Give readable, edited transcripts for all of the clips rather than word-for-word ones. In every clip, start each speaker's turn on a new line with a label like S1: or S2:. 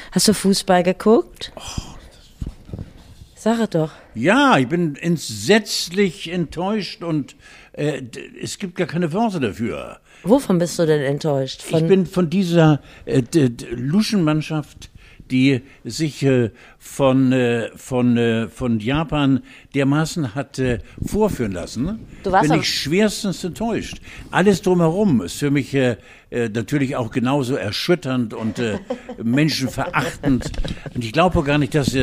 S1: Hast du Fußball geguckt? Sag es doch.
S2: Ja, ich bin entsetzlich enttäuscht und es gibt gar keine Worte dafür.
S1: Wovon bist du denn enttäuscht?
S2: Ich bin von dieser Luschenmannschaft, die sich von Japan dermaßen hat vorführen lassen, bin ich schwerstens enttäuscht. Alles drumherum ist für mich natürlich auch genauso erschütternd und menschenverachtend. Und ich glaube gar nicht, dass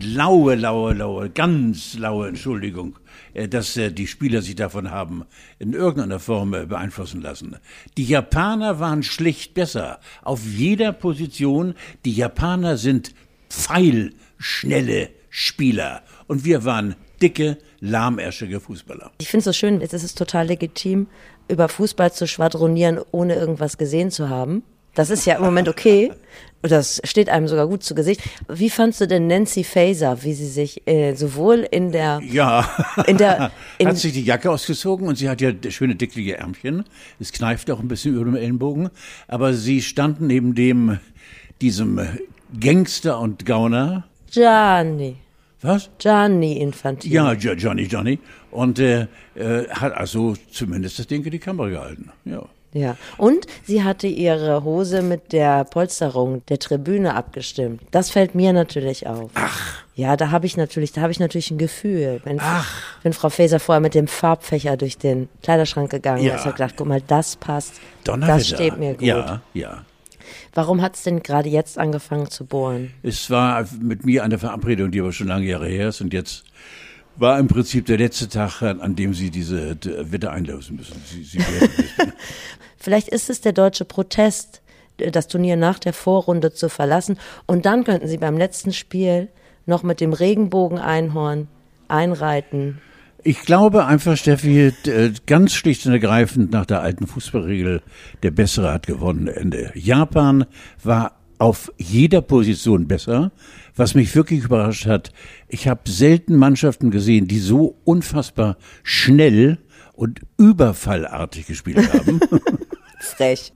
S2: ganz laue Entschuldigung, dass die Spieler sich davon haben in irgendeiner Form beeinflussen lassen. Die Japaner waren schlicht besser. Auf jeder Position. Die Japaner sind pfeilschnelle Spieler. Und wir waren dicke, lahmärschige Fußballer.
S1: Ich finde es so schön, es ist total legitim, über Fußball zu schwadronieren, ohne irgendwas gesehen zu haben. Das ist ja im Moment okay. Das steht einem sogar gut zu Gesicht. Wie fandst du denn Nancy Faeser, wie sie sich sowohl in der...
S2: Ja, hat sich die Jacke ausgezogen und sie hat ja schöne dickliche Ärmchen. Es kneift auch ein bisschen über dem Ellenbogen. Aber sie stand neben diesem Gangster und Gauner.
S1: Gianni.
S2: Was?
S1: Gianni Infantino.
S2: Ja, Johnny. Und hat also zumindest das Ding in die Kamera gehalten. Ja.
S1: Ja, und sie hatte ihre Hose mit der Polsterung der Tribüne abgestimmt. Das fällt mir natürlich auf.
S2: Ach.
S1: Ja, da habe ich natürlich ein Gefühl. Wenn Frau Faeser vorher mit dem Farbfächer durch den Kleiderschrank gegangen ist, habe ich gedacht, guck mal, das passt. Das steht mir gut.
S2: Ja.
S1: Warum hat es denn gerade jetzt angefangen zu bohren?
S2: Es war mit mir eine Verabredung, die aber schon lange Jahre her ist und jetzt war im Prinzip der letzte Tag, an dem Sie diese Wette einlösen müssen. Sie
S1: Vielleicht ist es der deutsche Protest, das Turnier nach der Vorrunde zu verlassen. Und dann könnten Sie beim letzten Spiel noch mit dem Regenbogen-Einhorn einreiten.
S2: Ich glaube einfach, Steffi, ganz schlicht und ergreifend nach der alten Fußballregel, der Bessere hat gewonnen, Ende. Japan war auf jeder Position besser. Was mich wirklich überrascht hat, ich habe selten Mannschaften gesehen, die so unfassbar schnell und überfallartig gespielt haben.
S1: Frech.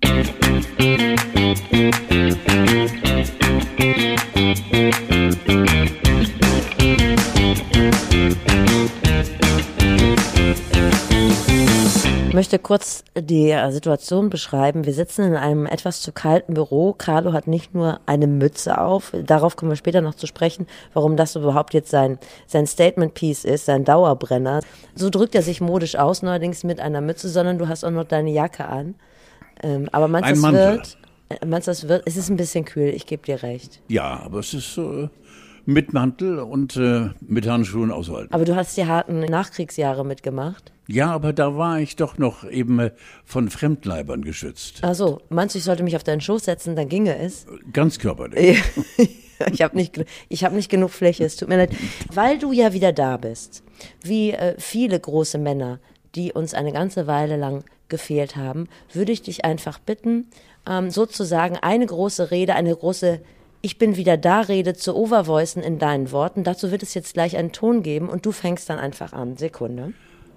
S1: Ich möchte kurz die Situation beschreiben. Wir sitzen in einem etwas zu kalten Büro. Carlo hat nicht nur eine Mütze auf, darauf kommen wir später noch zu sprechen, warum das überhaupt jetzt sein Statement-Piece ist, sein Dauerbrenner. So drückt er sich modisch aus, neuerdings mit einer Mütze, sondern du hast auch noch deine Jacke an. Aber meinst du, es ist ein bisschen kühl, ich gebe dir recht.
S2: Ja, aber es ist mit Mantel und mit Handschuhen aushalten.
S1: Aber du hast die harten Nachkriegsjahre mitgemacht?
S2: Ja, aber da war ich doch noch eben von Fremdleibern geschützt.
S1: Ach so, meinst du, ich sollte mich auf deinen Schoß setzen, dann ginge es?
S2: Ganz körperlich.
S1: Ich hab nicht genug Fläche, es tut mir leid. Weil du ja wieder da bist, wie viele große Männer, die uns eine ganze Weile lang gefehlt haben, würde ich dich einfach bitten, sozusagen eine große Rede, eine große Ich bin wieder da Rede zu overvoicen in deinen Worten. Dazu wird es jetzt gleich einen Ton geben und du fängst dann einfach an. Sekunde.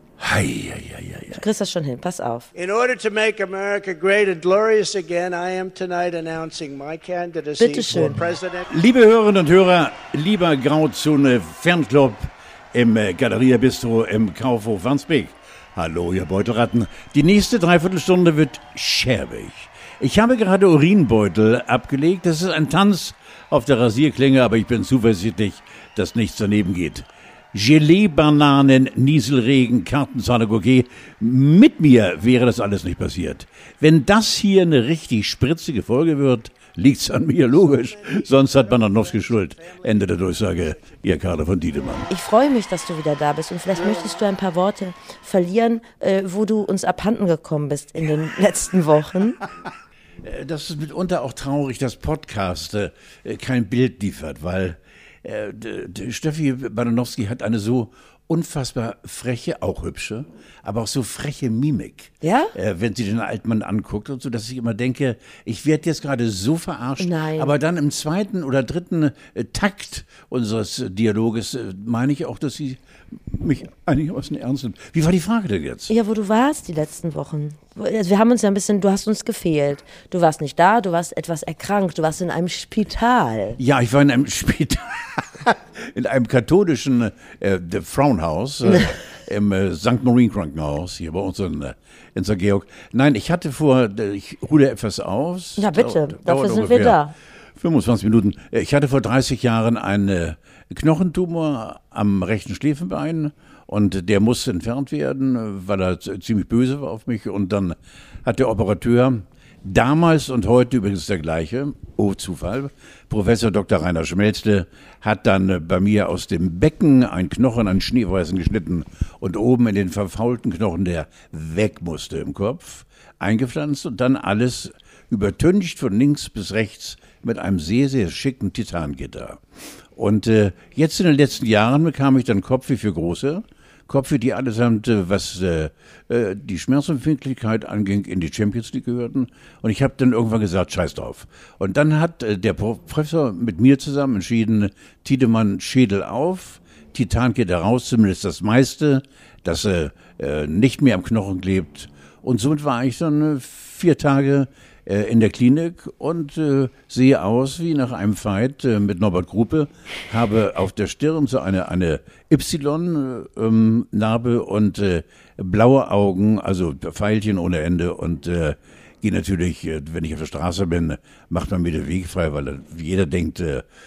S1: Du kriegst das schon hin, pass auf.
S3: In order to make America great and glorious again, I am tonight announcing my candidacy for president.
S2: Liebe Hörerinnen und Hörer, lieber Grauzone Fernclub im Galleria Bistro im Kaufhof Wandsbek. Hallo, ihr Beutelratten. Die nächste Dreiviertelstunde wird schäbig. Ich habe gerade Urinbeutel abgelegt. Das ist ein Tanz auf der Rasierklinge, aber ich bin zuversichtlich, dass nichts daneben geht. Gelee, Bananen, Nieselregen, Kartenzahne, Gurke. Mit mir wäre das alles nicht passiert. Wenn das hier eine richtig spritzige Folge wird, liegt's an mir, logisch. Sonst hat Bananowski Schuld. Ende der Durchsage, ihr Kader von Diedemann.
S1: Ich freue mich, dass du wieder da bist und vielleicht möchtest du ein paar Worte verlieren, wo du uns abhanden gekommen bist in den letzten Wochen.
S2: Das ist mitunter auch traurig, dass Podcast kein Bild liefert, weil Steffi Bananowski hat eine so unfassbar freche, auch hübsche, aber auch so freche Mimik.
S1: Ja?
S2: Wenn sie den alten Mann anguckt und so, dass ich immer denke, ich werde jetzt gerade so verarscht.
S1: Nein.
S2: Aber dann im zweiten oder dritten Takt unseres Dialoges meine ich auch, dass sie mich einigermaßen ernst nimmt. Wie war die Frage denn jetzt?
S1: Ja, wo du warst die letzten Wochen. Also wir haben uns ja ein bisschen, du hast uns gefehlt. Du warst nicht da, du warst etwas erkrankt, du warst in einem Spital.
S2: Ja, ich war in einem Spital, in einem katholischen Frauenhaus, im St. Marien Krankenhaus, hier bei uns in St. Georg. Nein, ich hatte ich ruhe etwas aus.
S1: Ja, bitte, dafür sind wir da.
S2: 25 Minuten. Ich hatte vor 30 Jahren einen Knochentumor am rechten Schläfenbein und der musste entfernt werden, weil er ziemlich böse war auf mich. Und dann hat der Operateur, damals und heute übrigens der gleiche, Zufall, Professor Dr. Rainer Schmelzle, hat dann bei mir aus dem Becken einen Knochen, einen Schneeweißen geschnitten und oben in den verfaulten Knochen, der weg musste im Kopf, eingepflanzt und dann alles übertüncht von links bis rechts mit einem sehr, sehr schicken Titangitter. Und jetzt in den letzten Jahren bekam ich dann Kopfweh für große, Kopfweh, die allesamt, was die Schmerzempfindlichkeit anging, in die Champions League gehörten. Und ich habe dann irgendwann gesagt, scheiß drauf. Und dann hat der Professor mit mir zusammen entschieden, Tiedemann Schädel auf, Titangitter raus, zumindest das meiste, das nicht mehr am Knochen klebt. Und somit war ich dann 4 Tage in der Klinik und sehe aus wie nach einem Fight mit Norbert Gruppe, habe auf der Stirn so eine Y-Narbe und blaue Augen, also Pfeilchen ohne Ende und gehe natürlich, wenn ich auf der Straße bin, macht man mir den Weg frei, weil jeder denkt,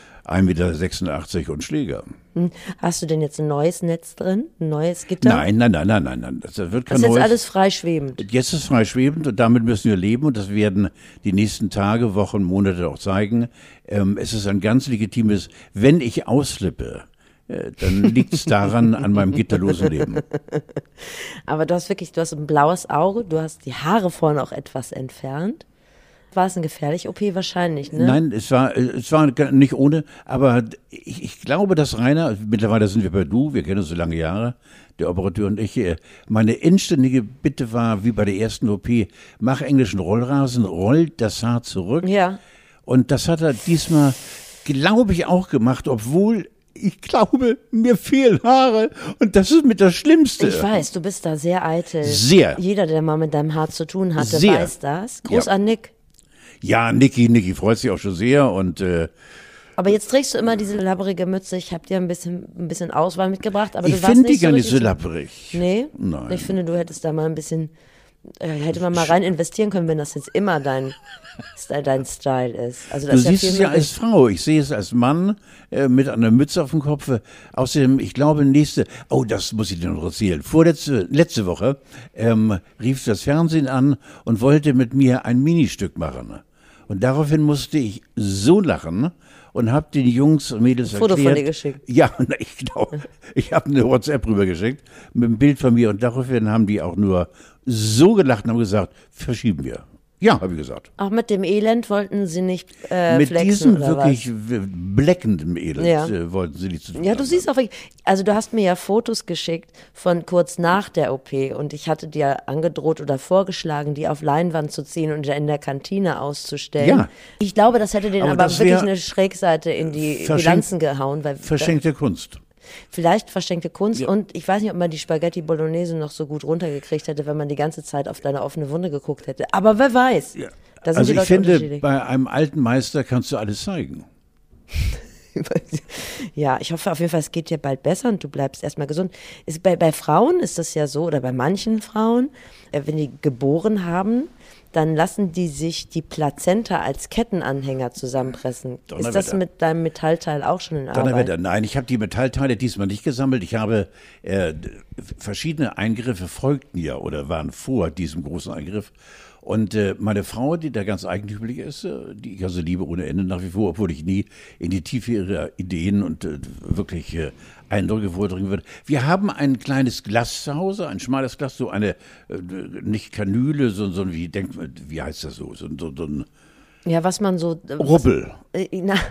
S2: 1,86 Meter und Schläger.
S1: Hast du denn jetzt ein neues Netz drin? Ein neues Gitter?
S2: Nein. Das wird kein
S1: Das ist jetzt
S2: neues.
S1: alles freischwebend.
S2: Jetzt ist freischwebend und damit müssen wir leben und das werden die nächsten Tage, Wochen, Monate auch zeigen. Es ist ein ganz legitimes, wenn ich ausflippe, dann liegt es daran, an meinem gitterlosen Leben.
S1: Aber du hast ein blaues Auge, du hast die Haare vorne auch etwas entfernt. War es eine gefährliche OP? Wahrscheinlich, ne?
S2: Nein, es war nicht ohne, aber ich glaube, dass Rainer, mittlerweile sind wir bei Du, wir kennen uns so lange Jahre, der Operateur und ich, meine inständige Bitte war, wie bei der ersten OP, mach englischen Rollrasen, rollt das Haar zurück.
S1: Ja.
S2: Und das hat er diesmal, glaube ich, auch gemacht, obwohl ich glaube, mir fehlen Haare und das ist mit das Schlimmste.
S1: Ich weiß, du bist da sehr eitel.
S2: Sehr.
S1: Jeder, der mal mit deinem Haar zu tun hatte,
S2: Sehr.
S1: weiß das. Gruß an Nick.
S2: Ja, Niki freut sich auch schon sehr und
S1: aber jetzt trägst du immer diese labbrige Mütze. Ich habe dir ein bisschen Auswahl mitgebracht, aber
S2: ich
S1: du warst
S2: finde die
S1: nicht
S2: gar
S1: so
S2: nicht so
S1: richtig.
S2: lapprig.
S1: Nee?
S2: Nein.
S1: Ich finde, du hättest da mal ein bisschen, hätte man mal rein investieren können, wenn das jetzt immer dein Style ist. Also das
S2: Du
S1: ist ja
S2: siehst
S1: viel
S2: es ja
S1: möglich.
S2: als Frau, ich sehe es als Mann mit einer Mütze auf dem Kopf. Außerdem, ich glaube, das muss ich dir noch erzählen. Letzte Woche rief das Fernsehen an und wollte mit mir ein Ministück machen. Und daraufhin musste ich so lachen und habe den Jungs und Mädels
S1: Foto
S2: erklärt.
S1: von dir geschickt.
S2: Ja, ich glaube, ich habe eine WhatsApp rübergeschickt mit einem Bild von mir und daraufhin haben die auch nur so gelacht und haben gesagt, verschieben wir. Ja, habe ich gesagt.
S1: Auch mit dem Elend wollten sie nicht
S2: Mit
S1: flexen,
S2: diesem
S1: oder
S2: wirklich bleckenden Elend
S1: Ja.
S2: wollten sie nicht zu tun
S1: Ja,
S2: haben.
S1: du siehst auch wirklich, also du hast mir ja Fotos geschickt von kurz nach der OP und ich hatte dir angedroht oder vorgeschlagen, die auf Leinwand zu ziehen und in der Kantine auszustellen.
S2: Ja.
S1: Ich glaube, das hätte denen
S2: Aber
S1: aber
S2: das
S1: wirklich
S2: wär
S1: eine Schrägseite in die Bilanzen gehauen. Weil
S2: Verschenkte Kunst.
S1: Vielleicht verschenkte Kunst
S2: Ja.
S1: und ich weiß nicht, ob man die Spaghetti Bolognese noch so gut runtergekriegt hätte, wenn man die ganze Zeit auf deine offene Wunde geguckt hätte. Aber wer weiß.
S2: Ja.
S1: Da sind
S2: Also
S1: die
S2: ich
S1: Leute
S2: finde,
S1: unterschiedlich.
S2: bei einem alten Meister kannst du alles zeigen.
S1: Ja, ich hoffe auf jeden Fall, es geht dir bald besser und du bleibst erstmal gesund. Bei Frauen ist das ja so, oder bei manchen Frauen, wenn die geboren haben, dann lassen die sich die Plazenta als Kettenanhänger zusammenpressen. Ist das mit deinem Metallteil auch schon in Arbeit?
S2: Donnerwetter. Nein, ich habe die Metallteile diesmal nicht gesammelt. Ich habe verschiedene Eingriffe folgten ja oder waren vor diesem großen Eingriff. Und meine Frau, die da ganz eigentümlich ist, die ich also liebe ohne Ende nach wie vor, obwohl ich nie in die Tiefe ihrer Ideen und wirklich Eindrücke vordringen würde. Wir haben ein kleines Glas zu Hause, ein schmales Glas, so eine, nicht Kanüle, sondern wie heißt das so? So ein
S1: Ja, was man so...
S2: Rubbel.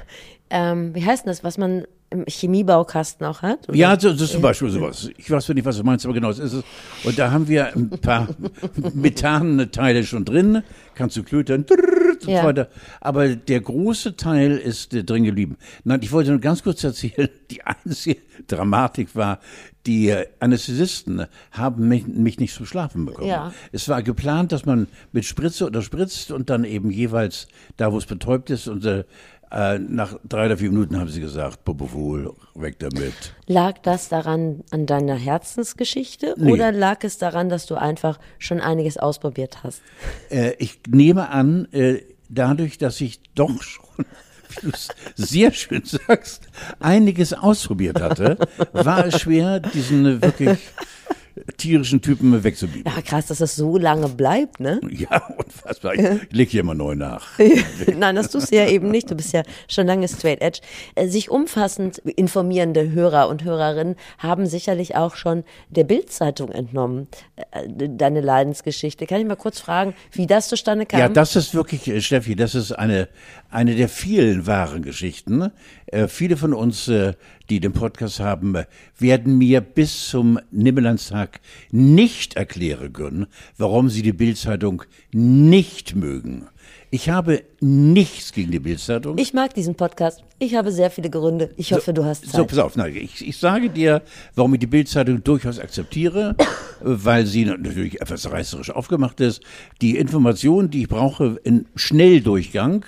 S1: wie heißt denn das, was man im Chemiebaukasten auch hat? Oder?
S2: Ja, das ist zum Beispiel sowas. Ich weiß nicht, was du meinst, aber genau das ist es. Und da haben wir ein paar Methanteile schon drin. Kannst du klötern und so weiter. Aber der große Teil ist drin geblieben. Nein, ich wollte nur ganz kurz erzählen, die einzige Dramatik war, die Anästhesisten haben mich nicht zum Schlafen bekommen.
S1: Ja.
S2: Es war geplant, dass man mit Spritze unterspritzt und dann eben jeweils da, wo es betäubt ist und nach 3 oder 4 Minuten haben sie gesagt, Propofol, weg damit.
S1: Lag das daran an deiner Herzensgeschichte oder lag es daran, dass du einfach schon einiges ausprobiert hast?
S2: Ich nehme an, dadurch, dass ich doch schon, wie du es sehr schön sagst, einiges ausprobiert hatte, war es schwer, diesen wirklich tierischen Typen wegzubieben.
S1: Ja, krass, dass das so lange bleibt, ne?
S2: Ja, unfassbar. Ich leg hier immer neu nach.
S1: Nein, das tust du ja eben nicht. Du bist ja schon lange straight edge. Sich umfassend informierende Hörer und Hörerinnen haben sicherlich auch schon der Bild-Zeitung entnommen, deine Leidensgeschichte. Kann ich mal kurz fragen, wie das zustande kam?
S2: Ja, das ist wirklich, Steffi, das ist eine der vielen wahren Geschichten. Viele von uns, die den Podcast haben, werden mir bis zum Nimmerlandstag nicht erklären können, warum sie die Bild-Zeitung nicht mögen. Ich habe nichts gegen die Bild-Zeitung.
S1: Ich mag diesen Podcast. Ich habe sehr viele Gründe. Ich hoffe, du hast Zeit.
S2: So, pass auf, nein, ich sage dir, warum ich die Bild-Zeitung durchaus akzeptiere, weil sie natürlich etwas reißerisch aufgemacht ist. Die Informationen, die ich brauche, in Schnelldurchgang,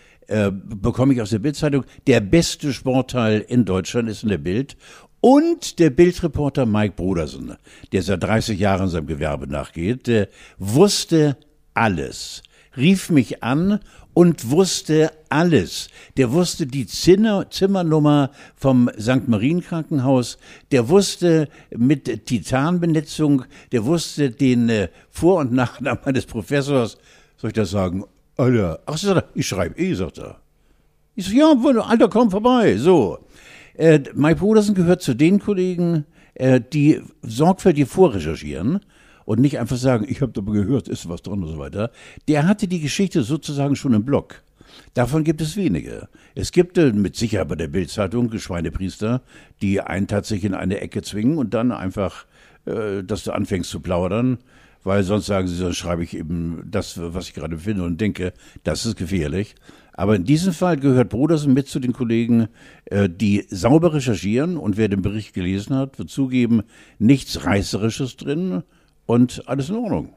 S2: bekomme ich aus der Bild-Zeitung. Der beste Sportteil in Deutschland ist in der Bild. Und der Bildreporter Mike Brodersen, der seit 30 Jahren seinem Gewerbe nachgeht, wusste alles. Rief mich an und wusste alles. Der wusste die Zimmernummer vom St. Marien Krankenhaus, der wusste mit Titanbenetzung, der wusste den Vor- und Nachnamen meines Professors. Soll ich das sagen? Alter, ach, ich schreibe sagt er. Ich so, ja, Alter, komm vorbei, so. Mike Brodersen gehört zu den Kollegen, die sorgfältig vorrecherchieren und nicht einfach sagen, ich habe aber gehört, ist was dran und so weiter. Der hatte die Geschichte sozusagen schon im Blog. Davon gibt es wenige. Es gibt mit Sicherheit bei der Bild-Zeitung Schweinepriester, die einen tatsächlich in eine Ecke zwingen und dann einfach, dass du anfängst zu plaudern. Weil sonst sagen sie, dann schreibe ich eben das, was ich gerade finde und denke, das ist gefährlich. Aber in diesem Fall gehört Brodersen mit zu den Kollegen, die sauber recherchieren und wer den Bericht gelesen hat, wird zugeben, nichts Reißerisches drin und alles in Ordnung.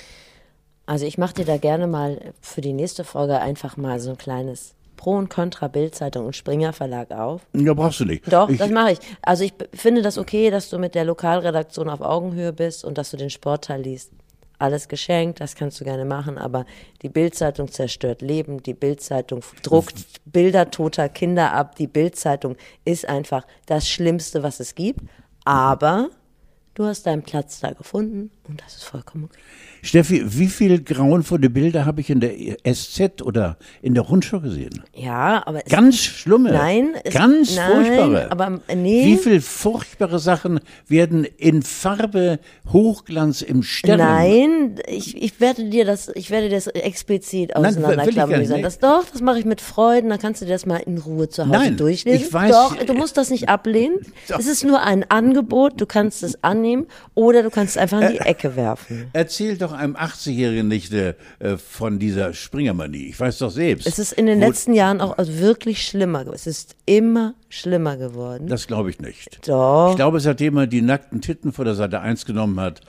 S1: Also ich mache dir da gerne mal für die nächste Folge einfach mal so ein kleines Pro und Contra Bild-Zeitung und Springer Verlag auf.
S2: Ja, brauchst du nicht.
S1: Doch, das mache ich. Also ich finde das okay, dass du mit der Lokalredaktion auf Augenhöhe bist und dass du den Sportteil liest. Alles geschenkt, das kannst du gerne machen, aber die Bild-Zeitung zerstört Leben, die Bild-Zeitung druckt Bilder toter Kinder ab, die Bild-Zeitung ist einfach das Schlimmste, was es gibt, aber du hast deinen Platz da gefunden und das ist vollkommen okay.
S2: Steffi, wie viel grauenvolle Bilder habe ich in der SZ oder in der Rundschau gesehen?
S1: Ja, aber
S2: ganz schlimme.
S1: Nein,
S2: ganz furchtbare.
S1: Aber nee.
S2: Wie viel furchtbare Sachen werden in Farbe Hochglanz im Stern?
S1: Nein, ich werde das explizit auseinanderklamüsern. Das mache ich mit Freuden, dann kannst du dir das mal in Ruhe zu Hause durchlesen.
S2: Ich weiß,
S1: doch, du musst das nicht ablehnen. Es ist nur ein Angebot, du kannst es annehmen oder du kannst es einfach in die Ecke werfen.
S2: Erzähl doch einem 80-Jährigen nicht von dieser Springermanie. Ich weiß doch selbst.
S1: Es ist in den letzten Jahren auch wirklich schlimmer geworden. Es ist immer schlimmer geworden.
S2: Das glaube ich nicht.
S1: Doch.
S2: Ich glaube, seitdem man die nackten Titten von der Seite 1 genommen hat.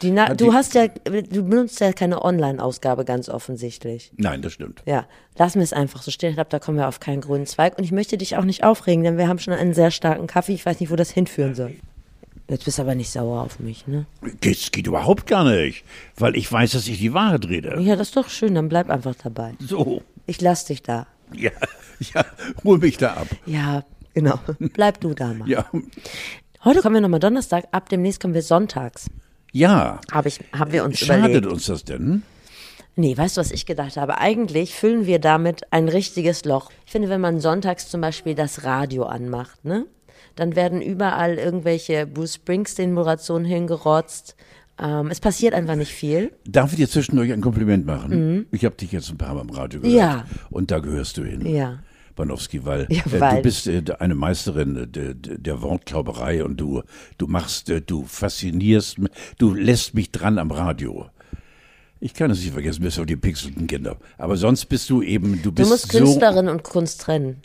S1: Du benutzt ja keine Online-Ausgabe ganz offensichtlich.
S2: Nein, das stimmt.
S1: Ja, lassen wir es einfach so stehen. Ich glaube, da kommen wir auf keinen grünen Zweig. Und ich möchte dich auch nicht aufregen, denn wir haben schon einen sehr starken Kaffee. Ich weiß nicht, wo das hinführen soll. Jetzt bist du aber nicht sauer auf mich, ne?
S2: Das geht überhaupt gar nicht, weil ich weiß, dass ich die Wahrheit rede.
S1: Ja, das ist doch schön, dann bleib einfach dabei.
S2: So.
S1: Ich lass dich da.
S2: Ja, hol mich da ab.
S1: Ja, genau. Bleib du da mal.
S2: Ja.
S1: Heute kommen wir nochmal Donnerstag, ab demnächst kommen wir sonntags.
S2: Ja.
S1: Haben wir uns
S2: Schadet
S1: überlegt.
S2: uns das denn?
S1: Nee, weißt du, was ich gedacht habe? Eigentlich füllen wir damit ein richtiges Loch. Ich finde, wenn man sonntags zum Beispiel das Radio anmacht, ne? Dann werden überall irgendwelche Bruce Springsteen-Moderationen hingerotzt. Es passiert einfach nicht viel.
S2: Darf ich dir zwischendurch ein Kompliment machen? Ich habe dich jetzt ein paar Mal im Radio gehört.
S1: Ja.
S2: Und da gehörst du hin.
S1: Ja.
S2: Banowski, weil du bist eine Meisterin der Wortklauberei und du faszinierst, du lässt mich dran am Radio. Ich kann es nicht vergessen, bis auf die pixelten Kinder. Aber sonst bist du eben, du bist
S1: musst Künstlerin und Kunst trennen.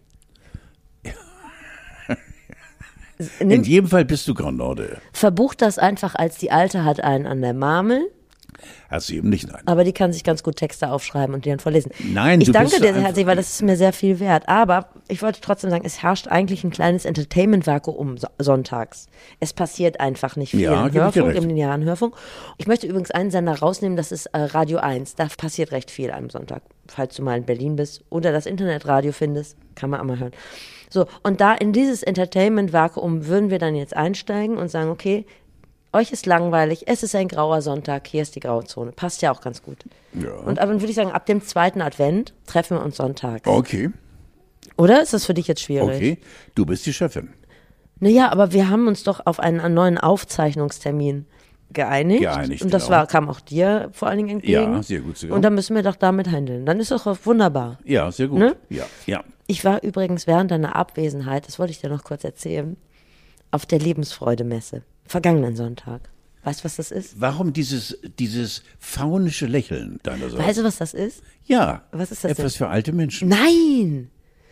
S2: In jedem Fall bist du Grand Norde.
S1: Verbuch das einfach als die Alte hat einen an der Marmel.
S2: Hast du eben nicht, nein.
S1: Aber die kann sich ganz gut Texte aufschreiben und die dann vorlesen.
S2: Nein,
S1: ich danke dir sehr herzlich, weil das ist mir sehr viel wert. Aber ich wollte trotzdem sagen, es herrscht eigentlich ein kleines Entertainment-Vakuum sonntags. Es passiert einfach nicht viel im linearen Hörfunk. Ich möchte übrigens einen Sender rausnehmen, das ist Radio 1. Da passiert recht viel am Sonntag. Falls du mal in Berlin bist oder das Internetradio findest, kann man auch mal hören. So, und da in dieses Entertainment-Vakuum würden wir dann jetzt einsteigen und sagen, okay, euch ist langweilig, es ist ein grauer Sonntag, hier ist die Grauzone. Passt ja auch ganz gut. Ja. Und aber dann würde ich sagen, ab dem 2. Advent treffen wir uns sonntags.
S2: Okay.
S1: Oder? Ist das für dich jetzt schwierig?
S2: Okay, du bist die Chefin.
S1: Naja, aber wir haben uns doch auf einen neuen Aufzeichnungstermin geeinigt. Und das kam auch dir vor allen Dingen entgegen.
S2: Ja, sehr gut sogar.
S1: Und dann müssen wir doch damit handeln. Dann ist doch wunderbar.
S2: Ja, sehr gut.
S1: Ne?
S2: Ja.
S1: Ich war übrigens während deiner Abwesenheit, das wollte ich dir noch kurz erzählen, auf der Lebensfreude-Messe. Vergangenen Sonntag. Weißt du, was das ist?
S2: Warum dieses faunische Lächeln deinerseits?
S1: Weißt du, was das ist?
S2: Ja.
S1: Was ist das
S2: etwas
S1: denn?
S2: Für alte Menschen.
S1: Nein,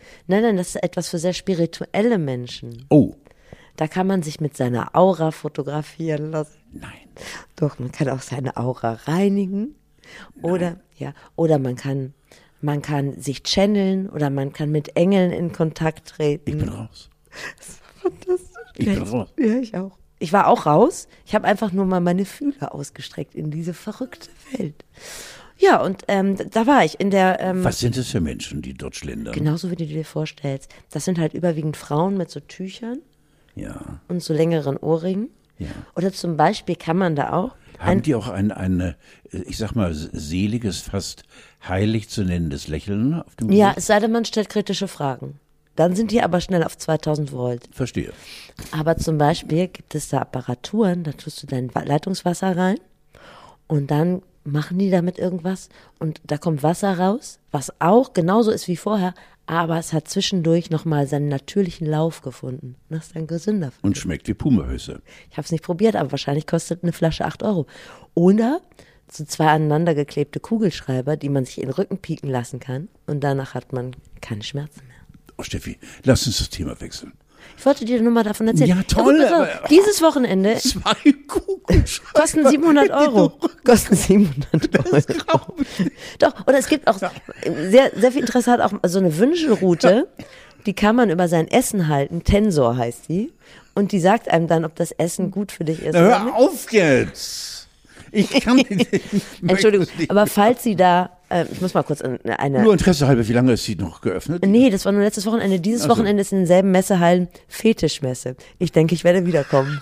S1: das ist etwas für sehr spirituelle Menschen.
S2: Oh.
S1: Da kann man sich mit seiner Aura fotografieren lassen.
S2: Nein.
S1: Doch, man kann auch seine Aura reinigen. Oder man kann sich channeln oder man kann mit Engeln in Kontakt treten.
S2: Ich bin raus.
S1: Das ist fantastisch.
S2: Ich bin raus.
S1: Ja, ich auch. Ich war auch raus. Ich habe einfach nur mal meine Fühler ausgestreckt in diese verrückte Welt. Ja, und da war ich in der...
S2: Was sind das für Menschen, die dort schlendern?
S1: Genauso wie du dir vorstellst. Das sind halt überwiegend Frauen mit so Tüchern.
S2: Ja.
S1: Und so längeren Ohrringen.
S2: Ja.
S1: Oder zum Beispiel kann man da auch...
S2: Haben die auch ein ich sag mal, seliges, fast heilig zu nennendes Lächeln auf dem Gesicht?
S1: Ja, es sei denn, man stellt kritische Fragen. Dann sind die aber schnell auf 2000 Volt.
S2: Verstehe.
S1: Aber zum Beispiel gibt es da Apparaturen, da tust du dein Leitungswasser rein und dann machen die damit irgendwas und da kommt Wasser raus, was auch genauso ist wie vorher, aber es hat zwischendurch nochmal seinen natürlichen Lauf gefunden. Das ist dann gesünder.
S2: Und schmeckt wie Pumahöse.
S1: Ich habe es nicht probiert, aber wahrscheinlich kostet eine Flasche 8 €. Oder so 2 aneinander geklebte Kugelschreiber, die man sich in den Rücken pieken lassen kann und danach hat man keine Schmerzen mehr.
S2: Oh Steffi, lass uns das Thema wechseln.
S1: Ich wollte dir nur mal davon erzählen.
S2: Ja, toll.
S1: Ja, dieses Wochenende
S2: 2 Kugelschreiber.
S1: kosten 700 €. Kosten 700 €. Doch, oder es gibt auch sehr, sehr viel Interesse hat auch so eine Wünschelrute, die kann man über sein Essen halten. Tensor heißt die. Und die sagt einem dann, ob das Essen gut für dich ist.
S2: Na, hör auf jetzt. Ich kann nicht.
S1: Entschuldigung, aber falls Sie da, ich muss mal kurz eine...
S2: Nur Interesse halber, wie lange ist sie noch geöffnet?
S1: Nee, das war nur letztes Wochenende. Dieses Wochenende ist in denselben Messehallen Fetischmesse. Ich denke, ich werde wiederkommen.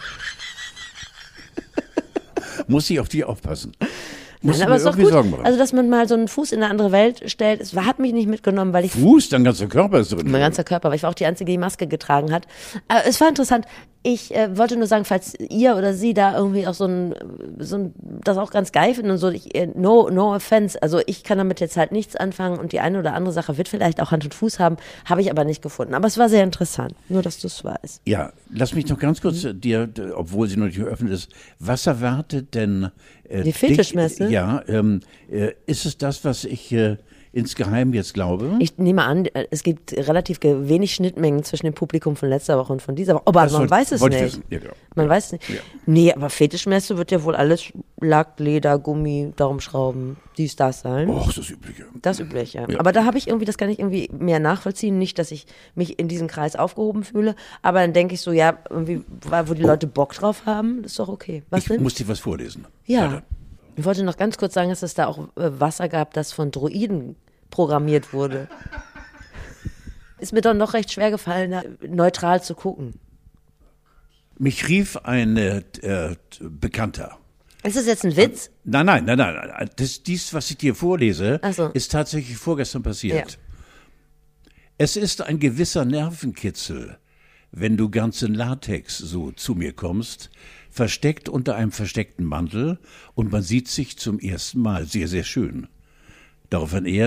S2: Muss ich auf die aufpassen?
S1: Nein, aber es ist doch gut, also dass man mal so einen Fuß in eine andere Welt stellt. Es hat mich nicht mitgenommen, weil ich...
S2: Fuß, dein ganzer Körper ist drin.
S1: Mein ganzer Körper, weil ich war auch die Einzige, die Maske getragen hat. Aber es war interessant. Ich wollte nur sagen, falls ihr oder sie da irgendwie auch das auch ganz geil finden und so, no offense. Also ich kann damit jetzt halt nichts anfangen und die eine oder andere Sache wird vielleicht auch Hand und Fuß haben, habe ich aber nicht gefunden. Aber es war sehr interessant, nur dass du es weißt.
S2: Ja, lass mich noch ganz kurz dir, obwohl sie noch nicht geöffnet ist, was erwartet denn
S1: die Fetischmesse?
S2: Ja, ist es das, was ich insgeheim jetzt glaube?
S1: Ich nehme an, es gibt relativ wenig Schnittmengen zwischen dem Publikum von letzter Woche und von dieser Woche. Aber man weiß es nicht.
S2: Ja, genau.
S1: Man weiß es nicht. Ja. Nee, aber Fetischmesse wird ja wohl alles Lack, Leder, Gummi, Daumenschrauben, dies, das sein.
S2: Och, das Übliche.
S1: Das Übliche. Ja. Aber da habe ich irgendwie, das kann ich irgendwie mehr nachvollziehen. Nicht, dass ich mich in diesem Kreis aufgehoben fühle, aber dann denke ich so, ja, irgendwie, wo die Leute Bock drauf haben, ist doch okay. Was denn?
S2: Muss dir was vorlesen.
S1: Ja.
S2: Warte.
S1: Ich wollte noch ganz kurz sagen, dass es da auch Wasser gab, das von Droiden programmiert wurde. Ist mir doch noch recht schwer gefallen, da neutral zu gucken.
S2: Mich rief ein Bekannter.
S1: Ist das jetzt ein Witz?
S2: Nein. Dies, was ich dir vorlese,
S1: so.
S2: ist tatsächlich vorgestern passiert. Ja. Es ist ein gewisser Nervenkitzel, wenn du ganz in Latex so zu mir kommst, versteckt unter einem versteckten Mantel und man sieht sich zum ersten Mal. Sehr, sehr schön. Daraufhin er,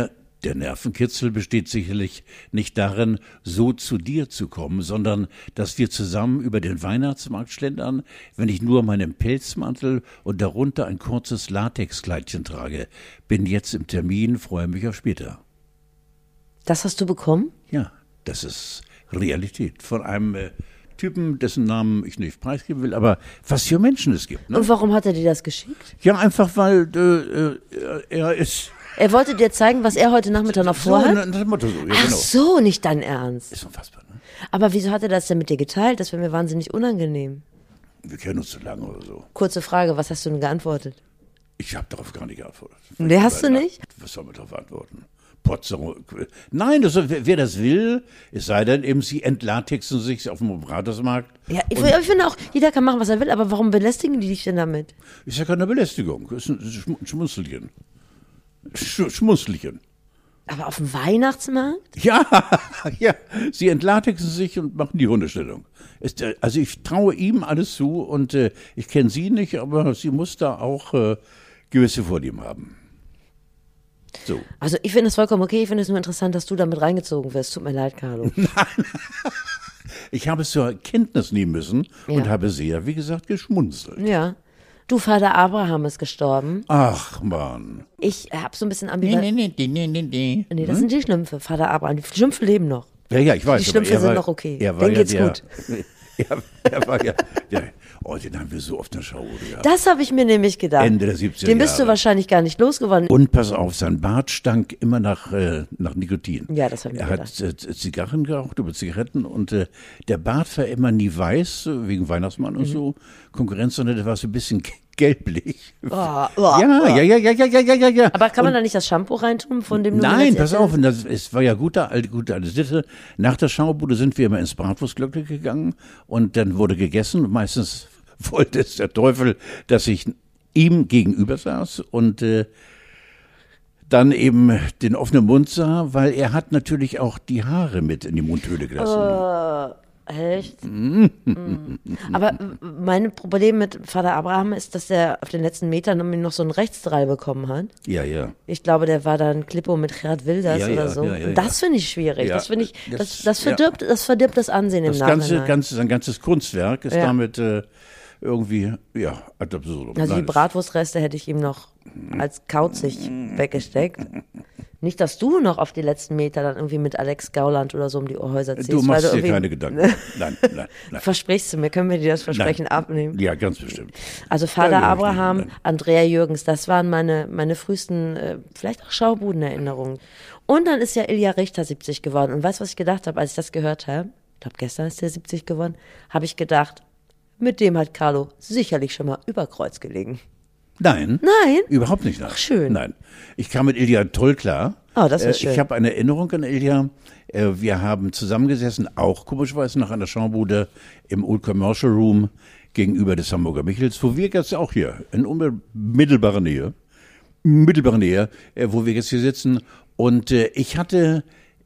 S2: Der Nervenkitzel besteht sicherlich nicht darin, so zu dir zu kommen, sondern dass wir zusammen über den Weihnachtsmarkt schlendern, wenn ich nur meinen Pelzmantel und darunter ein kurzes Latexkleidchen trage. Bin jetzt im Termin, freue mich auf später.
S1: Das hast du bekommen?
S2: Ja, das ist Realität. Von einem Typen, dessen Namen ich nicht preisgeben will, aber was für Menschen es gibt. Ne?
S1: Und warum hat er dir das geschickt?
S2: Ja, einfach weil er ist...
S1: Er wollte dir zeigen, was er heute Nachmittag noch vorhat?
S2: So, nach dem Motto so, ja,
S1: Ach
S2: genau.
S1: so, nicht dein Ernst.
S2: Ist unfassbar, ne?
S1: Aber wieso hat er das denn mit dir geteilt? Das wäre mir wahnsinnig unangenehm.
S2: Wir kennen uns zu lange oder so.
S1: Kurze Frage, was hast du denn geantwortet?
S2: Ich habe darauf gar nicht geantwortet.
S1: Nee, hast du nicht?
S2: Was soll man darauf antworten? Nein, wer das will, es sei denn eben, sie entlatexen sich auf dem Rathausmarkt.
S1: Ja, ich finde auch, jeder kann machen, was er will, aber warum belästigen die dich denn damit?
S2: Ist ja keine Belästigung, ist ein Schmunzelchen. Schmunzelchen.
S1: Aber auf dem Weihnachtsmarkt?
S2: Ja, ja, sie entlatexen sich und machen die Hundestellung. Also ich traue ihm alles zu und ich kenne sie nicht, aber sie muss da auch gewisse Vorlieben haben. So.
S1: Also ich finde es vollkommen okay, ich finde es nur interessant, dass du damit reingezogen wirst. Tut mir leid, Carlo.
S2: Nein, ich habe es zur Kenntnis nehmen müssen und habe sehr, wie gesagt, geschmunzelt.
S1: Ja. Du, Vater Abraham ist gestorben.
S2: Ach, Mann.
S1: Ich habe so ein bisschen ambivalent. Nee, das sind die Schlümpfe, Vater Abraham. Die Schlümpfe leben noch.
S2: Ja, ich weiß.
S1: Die Schlümpfe sind noch okay. Denen geht's gut.
S2: Er war ja, oh, den haben wir so oft in der Schau gehabt.
S1: Das habe ich mir nämlich gedacht.
S2: Ende der 70er
S1: Den bist du
S2: Jahre.
S1: Wahrscheinlich gar nicht losgeworden.
S2: Und pass auf, sein Bart stank immer nach Nikotin.
S1: Ja, das habe ich mir
S2: gedacht. Er hat Zigarren geraucht, über Zigaretten und der Bart war immer nie weiß, wegen Weihnachtsmann und so, Konkurrenz, sondern der war so ein bisschen gelblich. Ja.
S1: Aber kann man da nicht das Shampoo reintun, von dem du
S2: Nein, pass auf, und es war ja gute alte Sitte. Nach der Schaubude sind wir immer ins Bratwurstglöckle gegangen und dann wurde gegessen. Meistens wollte es der Teufel, dass ich ihm gegenüber saß und dann eben den offenen Mund sah, weil er hat natürlich auch die Haare mit in die Mundhöhle gelassen.
S1: Echt? Aber mein Problem mit Vater Abraham ist, dass er auf den letzten Metern noch so einen Rechtsdrall bekommen hat.
S2: Ja.
S1: Ich glaube, der war dann Klippo mit Gerhard Wilders oder so.
S2: Ja.
S1: Das finde ich schwierig.
S2: Ja,
S1: das finde ich, das verdirbt das Ansehen im Nachhinein.
S2: Sein ganzes Kunstwerk ist damit irgendwie, ad absurdum.
S1: Also die Bratwurstreste hätte ich ihm noch als kauzig weggesteckt. Nicht, dass du noch auf die letzten Meter dann irgendwie mit Alex Gauland oder so um die Ohrhäuser ziehst.
S2: Du machst dir keine Gedanken. Nein.
S1: Versprichst du mir, können wir dir das Versprechen abnehmen?
S2: Ja, ganz bestimmt.
S1: Also Vater Abraham, Andrea Jürgens, das waren meine frühesten, vielleicht auch Schaubudenerinnerungen. Und dann ist ja Ilja Richter 70 geworden. Und weißt du, was ich gedacht habe, als ich das gehört habe? Ich glaube, gestern ist der 70 geworden. Habe ich gedacht, mit dem hat Carlo sicherlich schon mal über Kreuz gelegen.
S2: Nein.
S1: Nein?
S2: Überhaupt nicht.
S1: Ach, schön.
S2: Nein. Ich kam mit Ilja toll klar.
S1: Oh, das ist schön.
S2: Ich habe eine Erinnerung an Ilja. Wir haben zusammengesessen, auch komischerweise nach einer Schaubude im Old Commercial Room gegenüber des Hamburger Michels, wo wir jetzt auch hier in unmittelbarer Nähe, wo wir jetzt hier sitzen. Und ich hatte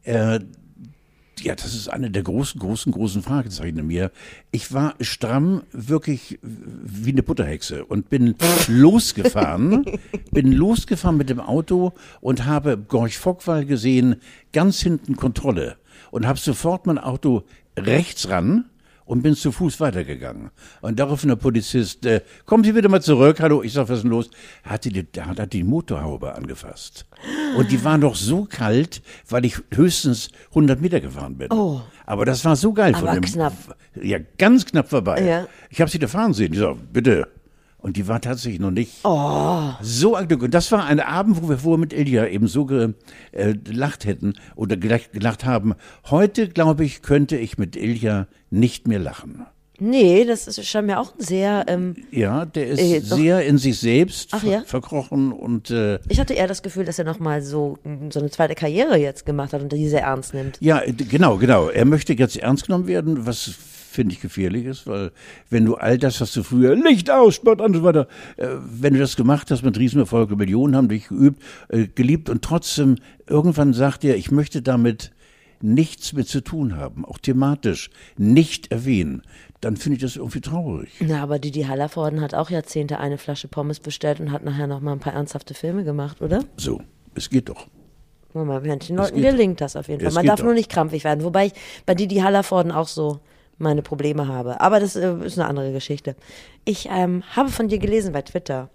S2: das ist eine der großen Fragezeichen in mir. Ich war stramm, wirklich wie eine Butterhexe und bin losgefahren mit dem Auto und habe Gorch Fockwall gesehen, ganz hinten Kontrolle und habe sofort mein Auto rechts ran und bin zu Fuß weitergegangen. Und daraufhin der Polizist, kommen Sie wieder mal zurück, hallo, ich sag, was ist denn los? Hat die Motorhaube angefasst. Und die war noch so kalt, weil ich höchstens 100 Meter gefahren bin. Oh. Aber das war so geil.
S1: Aber knapp.
S2: Ja, ganz knapp vorbei.
S1: Ja.
S2: Ich habe sie da fahren sehen. Ich sag, bitte. Und die war tatsächlich noch nicht so ein Glück. Und das war ein Abend, wo wir vorher mit Ilja eben so gelacht hätten oder gelacht haben. Heute, glaube ich, könnte ich mit Ilja nicht mehr lachen.
S1: Nee, das ist schon mir auch sehr...
S2: der ist sehr in sich selbst verkrochen und...
S1: ich hatte eher das Gefühl, dass er nochmal so eine zweite Karriere jetzt gemacht hat und die sehr ernst nimmt.
S2: Ja, genau. Er möchte jetzt ernst genommen werden, was finde ich gefährlich ist, weil wenn du all das, was du früher Licht aus, Sport und so weiter, wenn du das gemacht hast mit Riesenerfolg, Millionen haben dich geliebt und trotzdem irgendwann sagt er, ich möchte damit nichts mit zu tun haben, auch thematisch nicht erwähnen, dann finde ich das irgendwie traurig.
S1: Na, aber Didi Hallervorden hat auch Jahrzehnte eine Flasche Pommes bestellt und hat nachher noch mal ein paar ernsthafte Filme gemacht, oder?
S2: So, es geht doch.
S1: Guck mal, manchen Leuten gelingt das auf jeden Fall. Man darf nur nicht krampfig werden. Wobei ich bei Didi Hallervorden auch so meine Probleme habe. Aber das ist eine andere Geschichte. Ich habe von dir gelesen bei Twitter.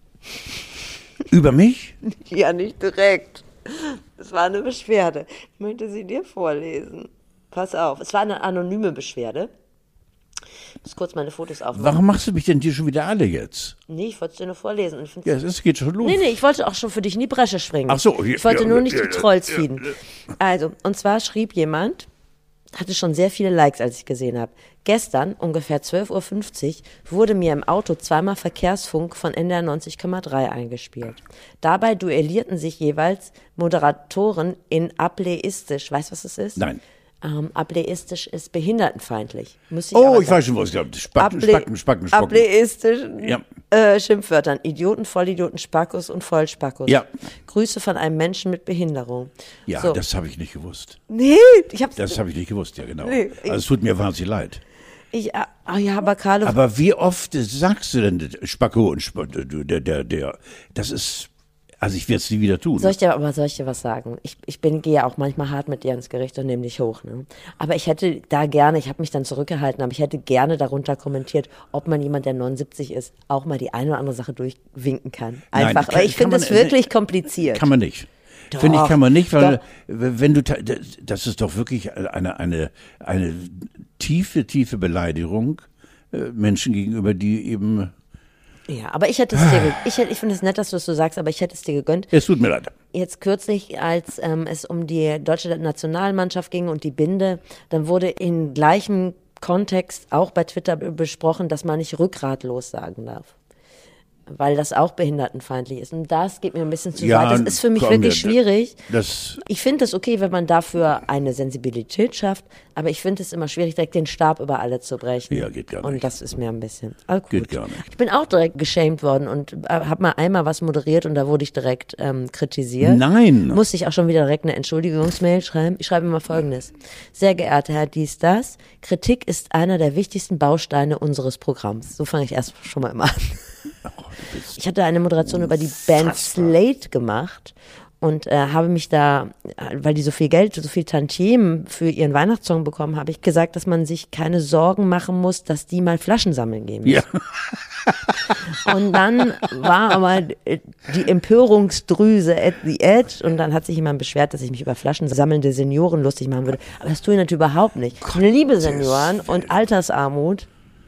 S2: Über mich?
S1: Ja, nicht direkt. Es war eine Beschwerde. Ich möchte sie dir vorlesen. Pass auf. Es war eine anonyme Beschwerde. Ich muss kurz meine Fotos aufmachen.
S2: Warum machst du mich denn hier schon wieder alle jetzt?
S1: Nee, ich wollte es dir nur vorlesen.
S2: Ja, es geht schon los.
S1: Nee, ich wollte auch schon für dich in die Bresche springen.
S2: Ach so.
S1: Ich wollte nur nicht die Trolls feeden. Also, und zwar schrieb jemand, hatte schon sehr viele Likes, als ich gesehen habe. Gestern, ungefähr 12:50 Uhr, wurde mir im Auto zweimal Verkehrsfunk von NDR 90,3 eingespielt. Dabei duellierten sich jeweils Moderatoren in ableistisch. Weißt du, was das ist?
S2: Nein.
S1: Ableistisch ist behindertenfeindlich.
S2: Ich weiß schon, was ich glaube. Spacken.
S1: Ableistisch, Schimpfwörtern. Idioten, Vollidioten, Spackos und Vollspackos.
S2: Ja.
S1: Grüße von einem Menschen mit Behinderung.
S2: Ja,
S1: so.
S2: Das habe ich nicht gewusst.
S1: Nee,
S2: das habe ich nicht gewusst, ja genau.
S1: Nee,
S2: also es tut mir wahnsinnig leid.
S1: Aber Carlo...
S2: Aber wie oft sagst du denn Spacko und das ist... Also ich werde es nie wieder tun.
S1: Soll ich dir was sagen? Ich gehe ja auch manchmal hart mit dir ins Gericht und nehme dich hoch. Ne? Aber ich hätte da gerne, ich habe mich dann zurückgehalten, aber ich hätte gerne darunter kommentiert, ob man jemand, der 79 ist, auch mal die eine oder andere Sache durchwinken kann. Einfach, weil ich finde es wirklich kompliziert.
S2: Kann man nicht.
S1: Doch,
S2: finde ich, kann man nicht, weil wenn du, das ist doch wirklich eine tiefe Beleidigung Menschen gegenüber, die eben...
S1: Ja, aber ich hätte es dir, ich finde es nett, dass du es so sagst, aber ich hätte es dir gegönnt.
S2: Es tut mir leid.
S1: Jetzt kürzlich, als es um die deutsche Nationalmannschaft ging und die Binde, dann wurde in gleichem Kontext auch bei Twitter besprochen, dass man nicht rückgratlos sagen darf. Weil das auch behindertenfeindlich ist. Und das geht mir ein bisschen zu weit. Das ist für mich wirklich schwierig. Ich finde es okay, wenn man dafür eine Sensibilität schafft, aber ich finde es immer schwierig, direkt den Stab über alle zu brechen.
S2: Ja, geht gar nicht.
S1: Und das ist mir ein bisschen... Gut.
S2: Geht gar nicht.
S1: Ich bin auch direkt geschämt worden und habe mal einmal was moderiert und da wurde ich direkt kritisiert.
S2: Nein!
S1: Musste ich auch schon wieder direkt eine Entschuldigungsmail schreiben. Ich schreibe immer Folgendes. Sehr geehrter Herr das. Kritik ist einer der wichtigsten Bausteine unseres Programms. So fange ich erst schon mal immer an. Ich hatte eine Moderation über die Band Slate gemacht und habe mich da, weil die so viel Geld, so viel Tantiemen für ihren Weihnachtssong bekommen, habe ich gesagt, dass man sich keine Sorgen machen muss, dass die mal Flaschen sammeln gehen müssen. Ja. Und dann war aber die Empörungsdrüse at the edge und dann hat sich jemand beschwert, dass ich mich über flaschensammelnde Senioren lustig machen würde. Aber das tue ich natürlich überhaupt nicht. Liebe Senioren und Altersarmut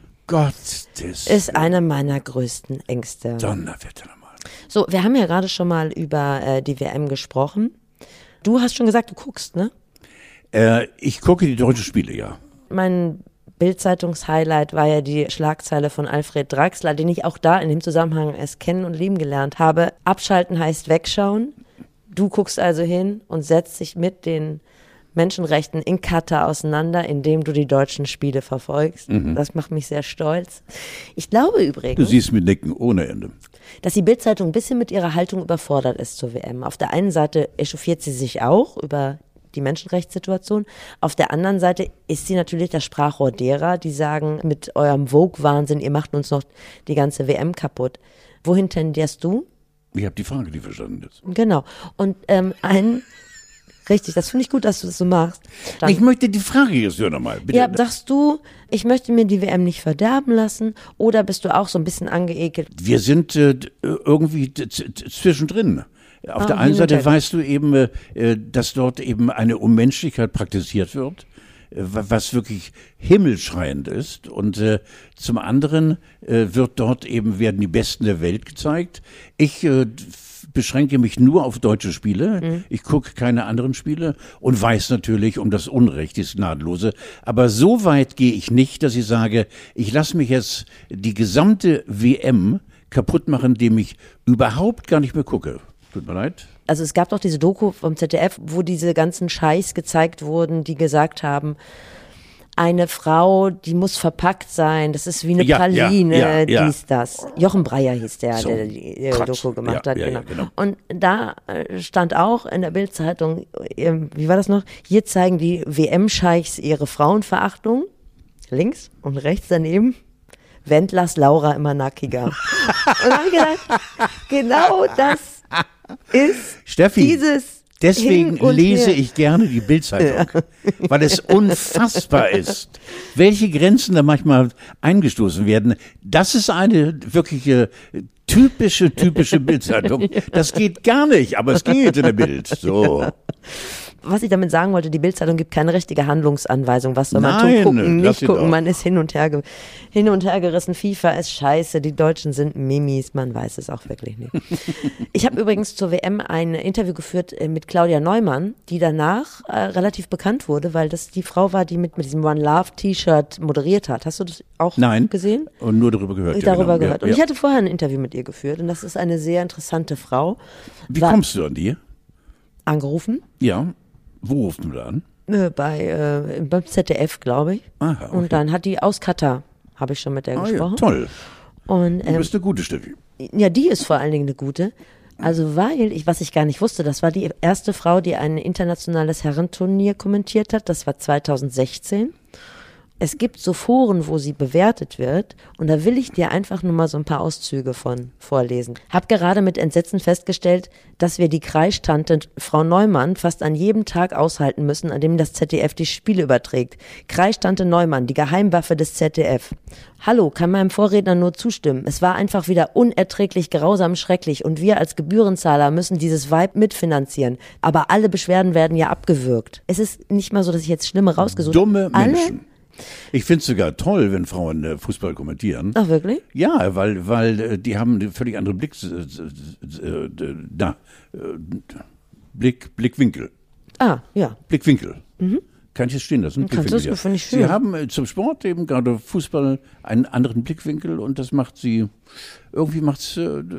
S1: ist einer meiner größten Ängste.
S2: Donnerwetter nochmal.
S1: So, wir haben ja gerade schon mal über die WM gesprochen. Du hast schon gesagt, du guckst, ne?
S2: Ich gucke die deutschen Spiele, ja.
S1: Mein Bild-Zeitungs-Highlight war ja die Schlagzeile von Alfred Draxler, den ich auch da in dem Zusammenhang erst kennen und lieben gelernt habe. Abschalten heißt wegschauen. Du guckst also hin und setzt dich mit den Menschenrechten in Katar auseinander, indem du die deutschen Spiele verfolgst. Mhm. Das macht mich sehr stolz. Ich glaube übrigens...
S2: Du siehst mit Nicken ohne Ende.
S1: Dass die Bild-Zeitung ein bisschen mit ihrer Haltung überfordert ist zur WM. Auf der einen Seite echauffiert sie sich auch über die Menschenrechtssituation. Auf der anderen Seite ist sie natürlich das Sprachrohr derer, die sagen, mit eurem Vogue-Wahnsinn, ihr macht uns noch die ganze WM kaputt. Wohin tendierst du?
S2: Ich habe die Frage nicht verstanden jetzt.
S1: Genau. Und richtig, das finde ich gut, dass du das so machst. Dann,
S2: ich möchte die Frage jetzt hören nochmal.
S1: Ja, sagst du, ich möchte mir die WM nicht verderben lassen oder bist du auch so ein bisschen angeekelt?
S2: Wir sind irgendwie zwischendrin. Auf der einen Seite weißt du eben, dass dort eben eine Unmenschlichkeit praktiziert wird, was wirklich himmelschreiend ist. Und zum anderen werden die Besten der Welt gezeigt. Ich beschränke mich nur auf deutsche Spiele. Mhm. Ich gucke keine anderen Spiele und weiß natürlich um das Unrecht, das Gnadenlose. Aber so weit gehe ich nicht, dass ich sage, ich lasse mich jetzt die gesamte WM kaputt machen, indem ich überhaupt gar nicht mehr gucke. Tut mir leid.
S1: Also es gab doch diese Doku vom ZDF, wo diese ganzen Scheiß gezeigt wurden, die gesagt haben, eine Frau, die muss verpackt sein, das ist wie eine Praline, dies, das. Jochen Breyer hieß der die Doku gemacht hat. Genau. Und da stand auch in der Bild-Zeitung, wie war das noch? Hier zeigen die WM-Scheichs ihre Frauenverachtung. Links und rechts daneben Wendlers Laura immer nackiger. Und da habe ich gedacht, genau das ist
S2: Steffi,
S1: dieses
S2: Deswegen lese ich gerne die Bildzeitung, weil es unfassbar ist, welche Grenzen da manchmal eingestoßen werden. Das ist eine wirkliche typische Bildzeitung. Das geht gar nicht, aber es geht in der Bild. So.
S1: Was ich damit sagen wollte, die Bildzeitung gibt keine richtige Handlungsanweisung. Was soll man tun? Gucken, nicht gucken. Man ist hin und her gerissen. FIFA ist scheiße. Die Deutschen sind Mimis. Man weiß es auch wirklich nicht. Ich habe übrigens zur WM ein Interview geführt mit Claudia Neumann, die danach relativ bekannt wurde, weil das die Frau war, die mit diesem One Love T-Shirt moderiert hat. Hast du das auch gesehen?
S2: Nein, und nur darüber gehört.
S1: Darüber gehört. Und ich hatte vorher ein Interview mit ihr geführt und das ist eine sehr interessante Frau.
S2: Wie kommst du an die?
S1: Angerufen.
S2: Ja. Wo rufst du da an?
S1: Beim ZDF, glaube ich.
S2: Aha, okay.
S1: Und dann hat die aus Katar, habe ich schon mit der gesprochen.
S2: Ja, toll.
S1: Und,
S2: du bist eine gute Steffi.
S1: Ja, die ist vor allen Dingen eine gute. Also was ich gar nicht wusste, das war die erste Frau, die ein internationales Herrenturnier kommentiert hat. Das war 2016. Es gibt so Foren, wo sie bewertet wird und da will ich dir einfach nur mal so ein paar Auszüge von vorlesen. Hab gerade mit Entsetzen festgestellt, dass wir die Kreischtante Frau Neumann fast an jedem Tag aushalten müssen, an dem das ZDF die Spiele überträgt. Kreischtante Neumann, die Geheimwaffe des ZDF. Hallo, kann meinem Vorredner nur zustimmen. Es war einfach wieder unerträglich, grausam, schrecklich und wir als Gebührenzahler müssen dieses Vibe mitfinanzieren. Aber alle Beschwerden werden ja abgewürgt. Es ist nicht mal so, dass ich jetzt Schlimme rausgesucht habe.
S2: Dumme Menschen. Ich finde es sogar toll, wenn Frauen Fußball kommentieren.
S1: Ach, wirklich?
S2: Ja, weil die haben einen völlig anderen Blickwinkel.
S1: Ah, ja.
S2: Blickwinkel. Kann ich es stehen lassen?
S1: Kannst du das, finde ich schön.
S2: Sie haben zum Sport eben gerade Fußball einen anderen Blickwinkel und das macht sie, irgendwie macht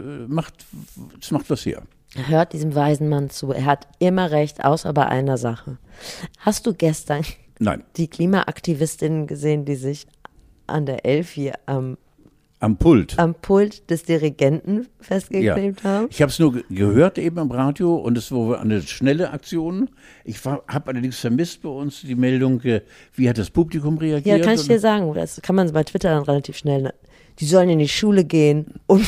S2: was her.
S1: Hört diesem weisen Mann zu. Er hat immer recht, außer bei einer Sache. Hast du gestern die Klimaaktivistinnen gesehen, die sich an der Elfi am Pult des Dirigenten festgeklebt haben?
S2: Ich habe es nur gehört eben im Radio und es war eine schnelle Aktion. Ich habe allerdings vermisst bei uns die Meldung, wie hat das Publikum reagiert?
S1: Ja, kann ich dir sagen, das kann man bei Twitter dann relativ schnell. Die sollen in die Schule gehen und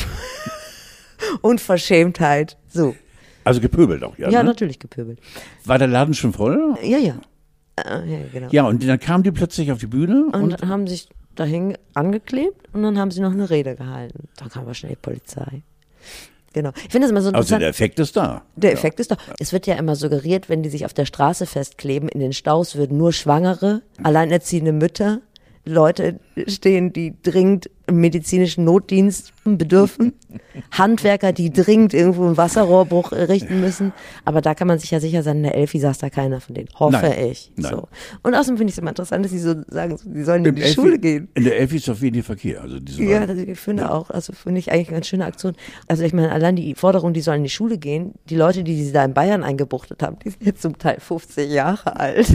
S1: Unverschämtheit. So.
S2: Also gepöbelt auch, ja?
S1: Ja,
S2: ne?
S1: natürlich gepöbelt.
S2: War der Laden schon voll?
S1: Ja. Ja, genau.
S2: Ja, und dann kamen die plötzlich auf die Bühne
S1: und haben sich dahin angeklebt und dann haben sie noch eine Rede gehalten. Dann kam aber schnell die Polizei. Genau. Ich finde das immer so interessant.
S2: Also der Effekt ist da.
S1: Der Effekt ist da. Es wird ja immer suggeriert, wenn die sich auf der Straße festkleben, in den Staus würden nur Schwangere, alleinerziehende Mütter, Leute stehen, die dringend medizinischen Notdienst bedürfen, Handwerker, die dringend irgendwo einen Wasserrohrbruch richten müssen. Aber da kann man sich ja sicher sein, in der Elfi saß da keiner von denen. Hoffe ich.
S2: Nein.
S1: So. Und außerdem finde ich es immer interessant, dass sie so sagen, sie sollen in die Schule gehen.
S2: In der Elfi ist doch wenig Verkehr. Also
S1: ich finde auch, also finde ich eigentlich eine ganz schöne Aktion. Also ich meine, allein die Forderung, die sollen in die Schule gehen, die Leute, die sie da in Bayern eingebuchtet haben, die sind jetzt zum Teil 50 Jahre alt.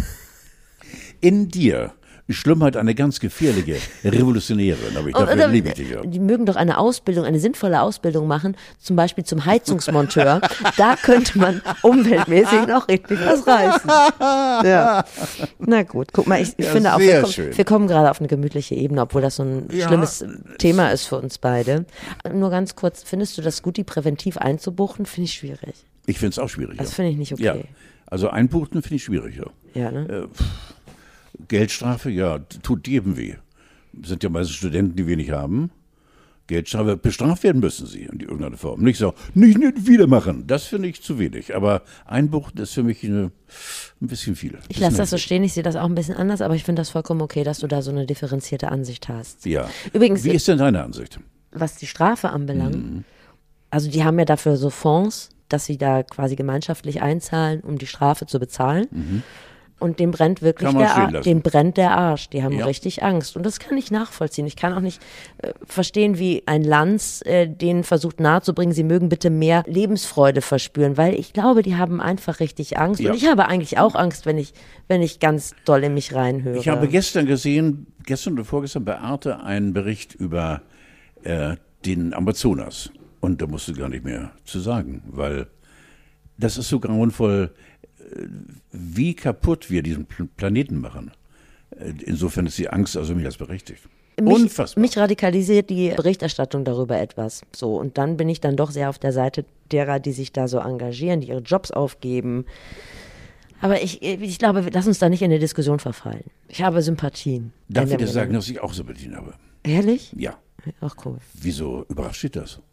S2: In dir schlummert eine ganz gefährliche Revolutionärin, aber ich dafür liebe ich dich ja.
S1: Die mögen doch eine sinnvolle Ausbildung machen, zum Beispiel zum Heizungsmonteur. Da könnte man umweltmäßig noch richtig was reißen. Ja. Na gut, guck mal, ich finde auch, wir kommen gerade auf eine gemütliche Ebene, obwohl das so ein schlimmes Thema ist für uns beide. Nur ganz kurz, findest du das gut, die präventiv einzubuchten? Finde ich schwierig.
S2: Ich finde es auch schwierig.
S1: Das finde ich nicht okay.
S2: Ja. Also einbuchten finde ich schwierig, ja.
S1: Ja, ne?
S2: Geldstrafe, ja, tut jedem weh. Sind ja meistens Studenten, die wenig haben. Geldstrafe, bestraft werden müssen sie in irgendeiner Form. Nicht wieder machen. Das finde ich zu wenig. Aber einbuchten ist für mich ein bisschen viel.
S1: Ich lasse das so stehen, ich sehe das auch ein bisschen anders, aber ich finde das vollkommen okay, dass du da so eine differenzierte Ansicht hast.
S2: Ja.
S1: Übrigens,
S2: wie ist denn deine Ansicht?
S1: Was die Strafe anbelangt, also die haben ja dafür so Fonds, dass sie da quasi gemeinschaftlich einzahlen, um die Strafe zu bezahlen. Und dem brennt wirklich der Arsch. Die haben richtig Angst. Und das kann ich nachvollziehen. Ich kann auch nicht verstehen, wie ein Lanz denen versucht nahezubringen, sie mögen bitte mehr Lebensfreude verspüren, weil ich glaube, die haben einfach richtig Angst. Ja. Und ich habe eigentlich auch Angst, wenn ich ganz doll in mich reinhöre.
S2: Ich habe gestern oder vorgestern bei Arte einen Bericht über den Amazonas. Und da musst du gar nicht mehr zu sagen, weil das ist so grauenvoll, wie kaputt wir diesen Planeten machen. Insofern ist die Angst also mehr als berechtigt. Unfassbar.
S1: Mich radikalisiert die Berichterstattung darüber etwas. So, und dann bin ich dann doch sehr auf der Seite derer, die sich da so engagieren, die ihre Jobs aufgeben. Aber ich glaube, lass uns da nicht in eine Diskussion verfallen. Ich habe Sympathien.
S2: Darf ich dir sagen, dass ich auch Sympathien habe?
S1: Ehrlich?
S2: Ja.
S1: Ach, cool.
S2: Wieso überrascht dich das?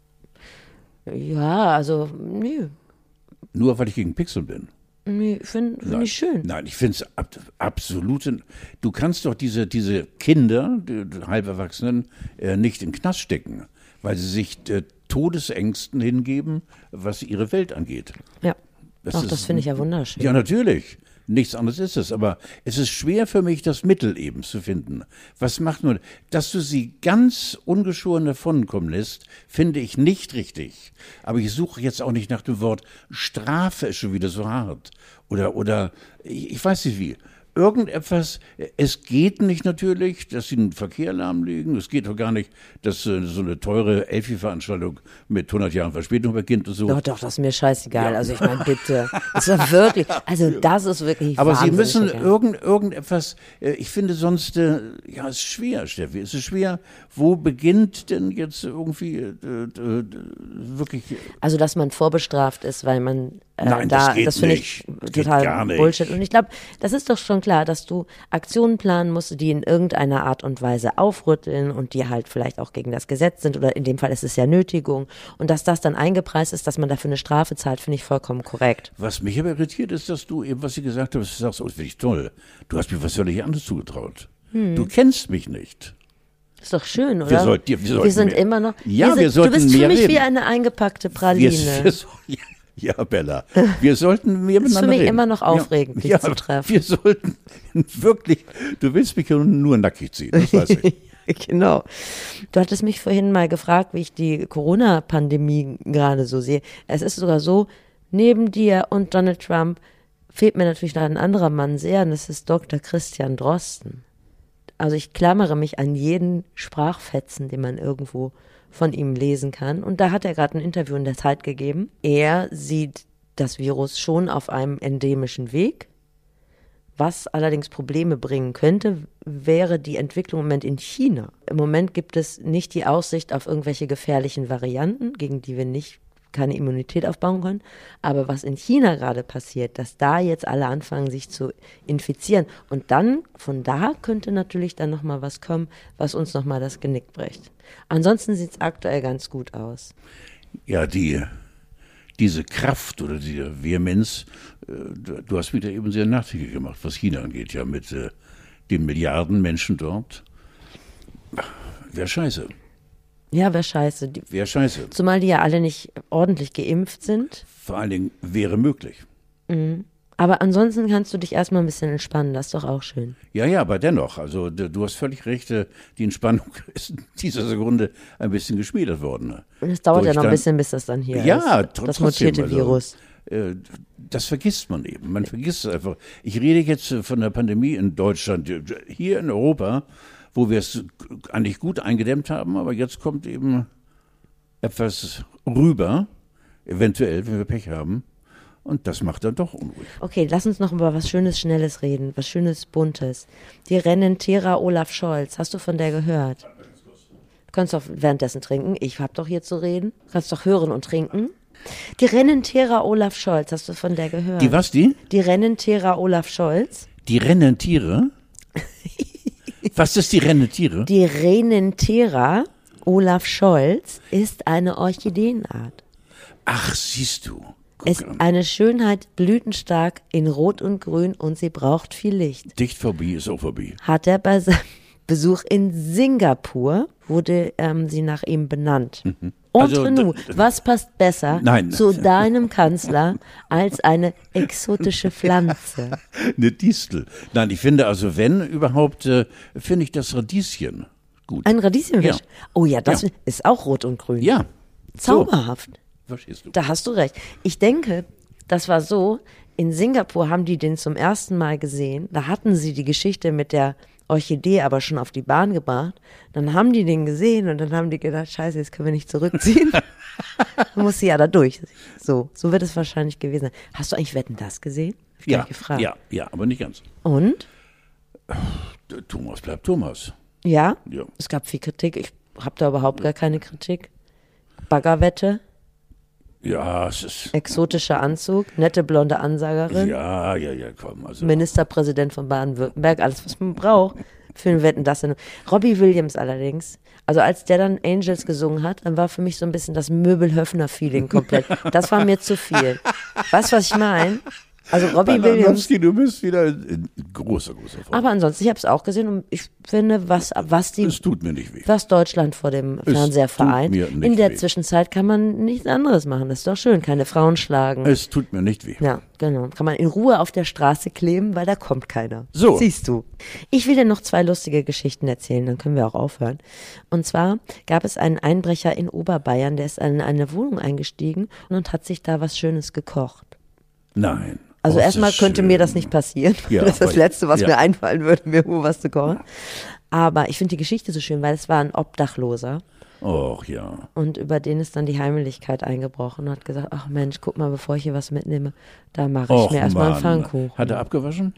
S1: Ja, also, nö.
S2: Nur weil ich gegen Pixel bin?
S1: Nee, find ich schön.
S2: Nein, ich finde es absolut. Du kannst doch diese Kinder, die Halberwachsenen, nicht in den Knast stecken, weil sie sich Todesängsten hingeben, was ihre Welt angeht.
S1: Ja, das finde ich ja wunderschön.
S2: Ja, natürlich. Nichts anderes ist es. Aber es ist schwer für mich, das Mittel eben zu finden. Was macht man? Dass du sie ganz ungeschoren davonkommen lässt, finde ich nicht richtig. Aber ich suche jetzt auch nicht nach dem Wort Strafe, ist schon wieder so hart. Oder ich weiß nicht wie. Irgendetwas, es geht nicht natürlich, dass sie den Verkehr lahmlegen. Es geht doch gar nicht, dass so eine teure Elfi-Veranstaltung mit 100 Jahren Verspätung beginnt und so.
S1: Doch, das ist mir scheißegal. Ja. Also ich meine, bitte. Das ist wirklich, das ist wirklich
S2: aber Sie müssen irgendetwas, ich finde sonst, ja, es ist schwer, Steffi, es ist schwer, wo beginnt denn jetzt irgendwie wirklich...
S1: Also, dass man vorbestraft ist, weil man
S2: Nein,
S1: das finde ich total Bullshit. Und ich glaube, das ist doch schon klar, dass du Aktionen planen musst, die in irgendeiner Art und Weise aufrütteln und die halt vielleicht auch gegen das Gesetz sind oder in dem Fall ist es ja Nötigung. Und dass das dann eingepreist ist, dass man dafür eine Strafe zahlt, finde ich vollkommen korrekt.
S2: Was mich aber irritiert ist, dass du eben, was Sie gesagt hast, du sagst, oh, das finde ich toll. Du hast mir was völlig anderes zugetraut. Du kennst mich nicht.
S1: Ist doch schön, oder? Wir sind immer noch...
S2: Ja, wir sollten mehr reden.
S1: Du bist für mich wie eine eingepackte Praline.
S2: Ja, Bella, wir sollten mehr miteinander reden. Das ist für mich
S1: immer noch aufregend, dich zu treffen.
S2: Wir sollten wirklich, du willst mich nur nackig ziehen, das weiß ich.
S1: Genau. Du hattest mich vorhin mal gefragt, wie ich die Corona-Pandemie gerade so sehe. Es ist sogar so, neben dir und Donald Trump fehlt mir natürlich noch ein anderer Mann sehr, und das ist Dr. Christian Drosten. Also ich klammere mich an jeden Sprachfetzen, den man irgendwo von ihm lesen kann. Und da hat er gerade ein Interview in der Zeit gegeben. Er sieht das Virus schon auf einem endemischen Weg. Was allerdings Probleme bringen könnte, wäre die Entwicklung im Moment in China. Im Moment gibt es nicht die Aussicht auf irgendwelche gefährlichen Varianten, gegen die wir keine Immunität aufbauen können. Aber was in China gerade passiert, dass da jetzt alle anfangen, sich zu infizieren. Und dann, von da könnte natürlich dann nochmal was kommen, was uns nochmal das Genick bricht. Ansonsten sieht es aktuell ganz gut aus.
S2: Ja, diese Kraft oder diese Vehemenz, du hast wieder eben sehr nachdenklich gemacht, was China angeht, ja, mit den Milliarden Menschen dort. Wäre scheiße.
S1: Ja, wäre scheiße.
S2: Wäre scheiße.
S1: Zumal die ja alle nicht ordentlich geimpft sind.
S2: Vor allen Dingen wäre möglich.
S1: Mhm. Aber ansonsten kannst du dich erstmal ein bisschen entspannen, das ist doch auch schön.
S2: Ja, aber dennoch, also du hast völlig recht, die Entspannung ist in dieser Sekunde ein bisschen geschmiedet worden.
S1: Und es dauert ja noch ein bisschen, bis das dann hier ist. Das mutierte Virus.
S2: Das vergisst man eben, man vergisst es einfach. Ich rede jetzt von der Pandemie in Deutschland, hier in Europa, wo wir es eigentlich gut eingedämmt haben, aber jetzt kommt eben etwas rüber, eventuell, wenn wir Pech haben. Und das macht dann doch unruhig.
S1: Okay, lass uns noch über was Schönes, Schnelles reden, was Schönes, Buntes. Die Rennentera Olaf Scholz, hast du von der gehört? Du kannst doch währenddessen trinken, ich hab doch hier zu reden. Du kannst doch hören und trinken. Die Rennentera Olaf Scholz, hast du von der gehört?
S2: Die was, die?
S1: Die Rennentera Olaf Scholz.
S2: Die Rennentiere? Was ist die Rennentiere?
S1: Die Rennentera Olaf Scholz ist eine Orchideenart.
S2: Ach, siehst du.
S1: Es ist eine Schönheit, blütenstark in Rot und Grün und sie braucht viel Licht.
S2: Dicht vorbei ist auch vorbei.
S1: Hat er bei seinem Besuch in Singapur, wurde sie nach ihm benannt. Mhm. Entre nous, was passt besser zu deinem Kanzler als eine exotische Pflanze?
S2: Eine Distel. Nein, ich finde also, wenn überhaupt, finde ich das Radieschen gut.
S1: Ein Radieschenwisch? Ja. Oh ja, das ist auch Rot und Grün.
S2: Ja.
S1: Zauberhaft.
S2: So. Verstehst du?
S1: Da hast du recht. Ich denke, das war so, in Singapur haben die den zum ersten Mal gesehen. Da hatten sie die Geschichte mit der Orchidee aber schon auf die Bahn gebracht. Dann haben die den gesehen und dann haben die gedacht, scheiße, jetzt können wir nicht zurückziehen. Dann muss sie ja da durch. So wird es wahrscheinlich gewesen sein. Hast du eigentlich Wetten, das gesehen?
S2: Ja, aber nicht ganz.
S1: Und?
S2: Thomas bleibt Thomas.
S1: Ja?
S2: Ja.
S1: Es gab viel Kritik. Ich habe da überhaupt gar keine Kritik. Baggerwette.
S2: Ja, es ist...
S1: Exotischer Anzug, nette blonde Ansagerin.
S2: Ja, komm. Also.
S1: Ministerpräsident von Baden-Württemberg, alles, was man braucht für einen Wetten, das. Robbie Williams allerdings, also als der dann Angels gesungen hat, dann war für mich so ein bisschen das Möbel-Höfner-Feeling komplett. Das war mir zu viel. Weißt du, was ich meine? Also Robbie Williams.
S2: Du bist wieder ein großer Freund.
S1: Aber ansonsten, ich habe es auch gesehen und ich finde, es
S2: tut mir nicht weh.
S1: Was Deutschland vor dem Fernseher vereint, in der Zwischenzeit kann man nichts anderes machen. Das ist doch schön, keine Frauen schlagen.
S2: Es tut mir nicht weh.
S1: Ja, genau. Kann man in Ruhe auf der Straße kleben, weil da kommt keiner.
S2: So.
S1: Siehst du. Ich will dir noch 2 lustige Geschichten erzählen, dann können wir auch aufhören. Und zwar gab es einen Einbrecher in Oberbayern, der ist in eine Wohnung eingestiegen und hat sich da was Schönes gekocht.
S2: Nein.
S1: Also erstmal könnte mir das nicht passieren. Ja, das ist das Letzte, was mir einfallen würde, mir was zu kochen. Aber ich finde die Geschichte so schön, weil es war ein Obdachloser.
S2: Och ja.
S1: Und über den ist dann die Heimlichkeit eingebrochen und hat gesagt, ach Mensch, guck mal, bevor ich hier was mitnehme, da mache ich mir erstmal einen Pfannkuchen.
S2: Hat er abgewaschen?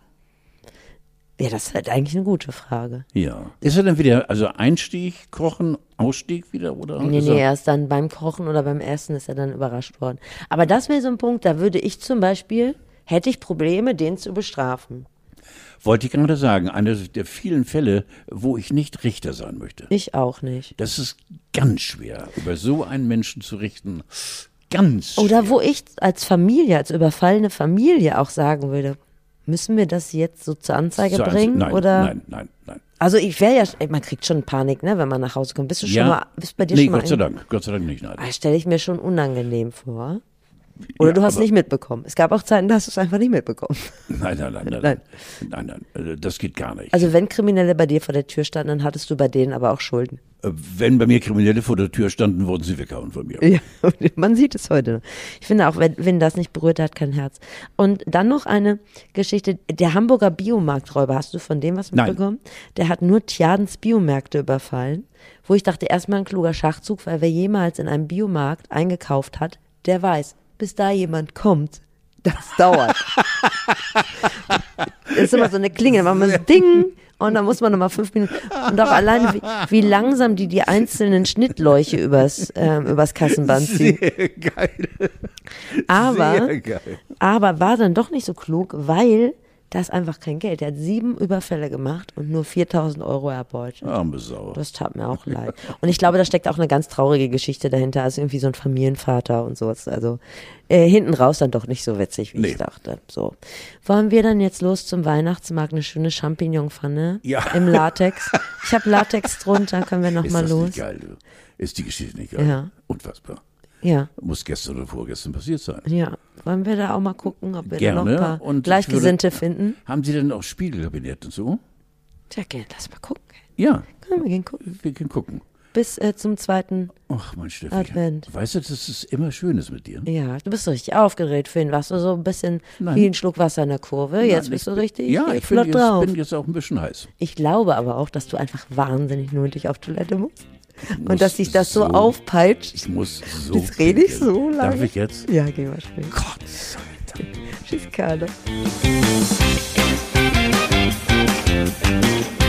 S1: Ja, das ist halt eigentlich eine gute Frage.
S2: Ja. Ist er dann wieder, also Einstieg, Kochen, Ausstieg wieder? Oder
S1: nee, er ist dann beim Kochen oder beim Essen ist er dann überrascht worden. Aber das wäre so ein Punkt, da würde ich zum Beispiel... hätte ich Probleme, den zu bestrafen.
S2: Wollte ich gerade sagen, einer der vielen Fälle, wo ich nicht Richter sein möchte.
S1: Ich auch nicht.
S2: Das ist ganz schwer, über so einen Menschen zu richten. Ganz schwer.
S1: Oder wo ich als Familie, als überfallene Familie auch sagen würde, müssen wir das jetzt so zur Anzeige bringen?
S2: Nein,
S1: oder?
S2: Nein.
S1: Also ich wäre ja, man kriegt schon Panik, ne, wenn man nach Hause kommt. Bist bei dir schon mal?
S2: Gott sei Dank nicht, nein.
S1: Stelle ich mir schon unangenehm vor. Oder du hast nicht mitbekommen. Es gab auch Zeiten, da hast du es einfach nicht mitbekommen.
S2: Nein. Das geht gar nicht.
S1: Also wenn Kriminelle bei dir vor der Tür standen, dann hattest du bei denen aber auch Schulden.
S2: Wenn bei mir Kriminelle vor der Tür standen, wurden sie weggehauen von mir.
S1: Ja, man sieht es heute noch. Ich finde auch, wenn das nicht berührt, hat kein Herz. Und dann noch eine Geschichte, der Hamburger Biomarkträuber, hast du von dem was mitbekommen? Nein. Der hat nur Tjadens Biomärkte überfallen, wo ich dachte, erstmal ein kluger Schachzug, weil wer jemals in einem Biomarkt eingekauft hat, der weiß, bis da jemand kommt, das dauert. Das ist immer so eine Klingel, dann macht man so Ding und dann muss man nochmal 5 Minuten. Und auch alleine, wie langsam die einzelnen Schnittleuche übers Kassenband ziehen.
S2: Sehr geil.
S1: Aber war dann doch nicht so klug, weil da ist einfach kein Geld. Der hat 7 Überfälle gemacht und nur 4.000 € erbeutet.
S2: Arme Sau.
S1: Das tat mir auch leid. Und ich glaube, da steckt auch eine ganz traurige Geschichte dahinter. Also irgendwie so ein Familienvater und sowas. Also hinten raus dann doch nicht so witzig, wie ich dachte. So. Wollen wir dann jetzt los zum Weihnachtsmarkt? Eine schöne Champignonpfanne im Latex. Ich habe Latex drunter, können wir nochmal los.
S2: Ist das nicht geil? Ist die Geschichte nicht geil?
S1: Ja.
S2: Unfassbar.
S1: Ja.
S2: Muss gestern oder vorgestern passiert sein.
S1: Ja. Wollen wir da auch mal gucken, ob wir
S2: Gerne.
S1: da noch ein paar Gleichgesinnte finden?
S2: Haben Sie denn auch Spiegelkabinett und so?
S1: Ja, gerne. Lass mal gucken.
S2: Ja.
S1: Können wir gehen gucken.
S2: Wir gehen gucken.
S1: Bis zum 2.
S2: Ach, mein Steffi.
S1: Advent.
S2: Weißt du, dass es immer schön ist mit dir?
S1: Ja, du bist so richtig aufgeregt, Finn. Warst du so ein bisschen wie ein Schluck Wasser in der Kurve? Jetzt bist du richtig flott drauf.
S2: Ich bin jetzt auch ein bisschen heiß.
S1: Ich glaube aber auch, dass du einfach wahnsinnig nötig auf Toilette musst. Und dass sich das so aufpeitscht.
S2: Ich muss so.
S1: Das rede ich so lange.
S2: Darf ich jetzt?
S1: Ja, geh mal spielen.
S2: Gott sei Dank.
S1: Tschüss, Kader.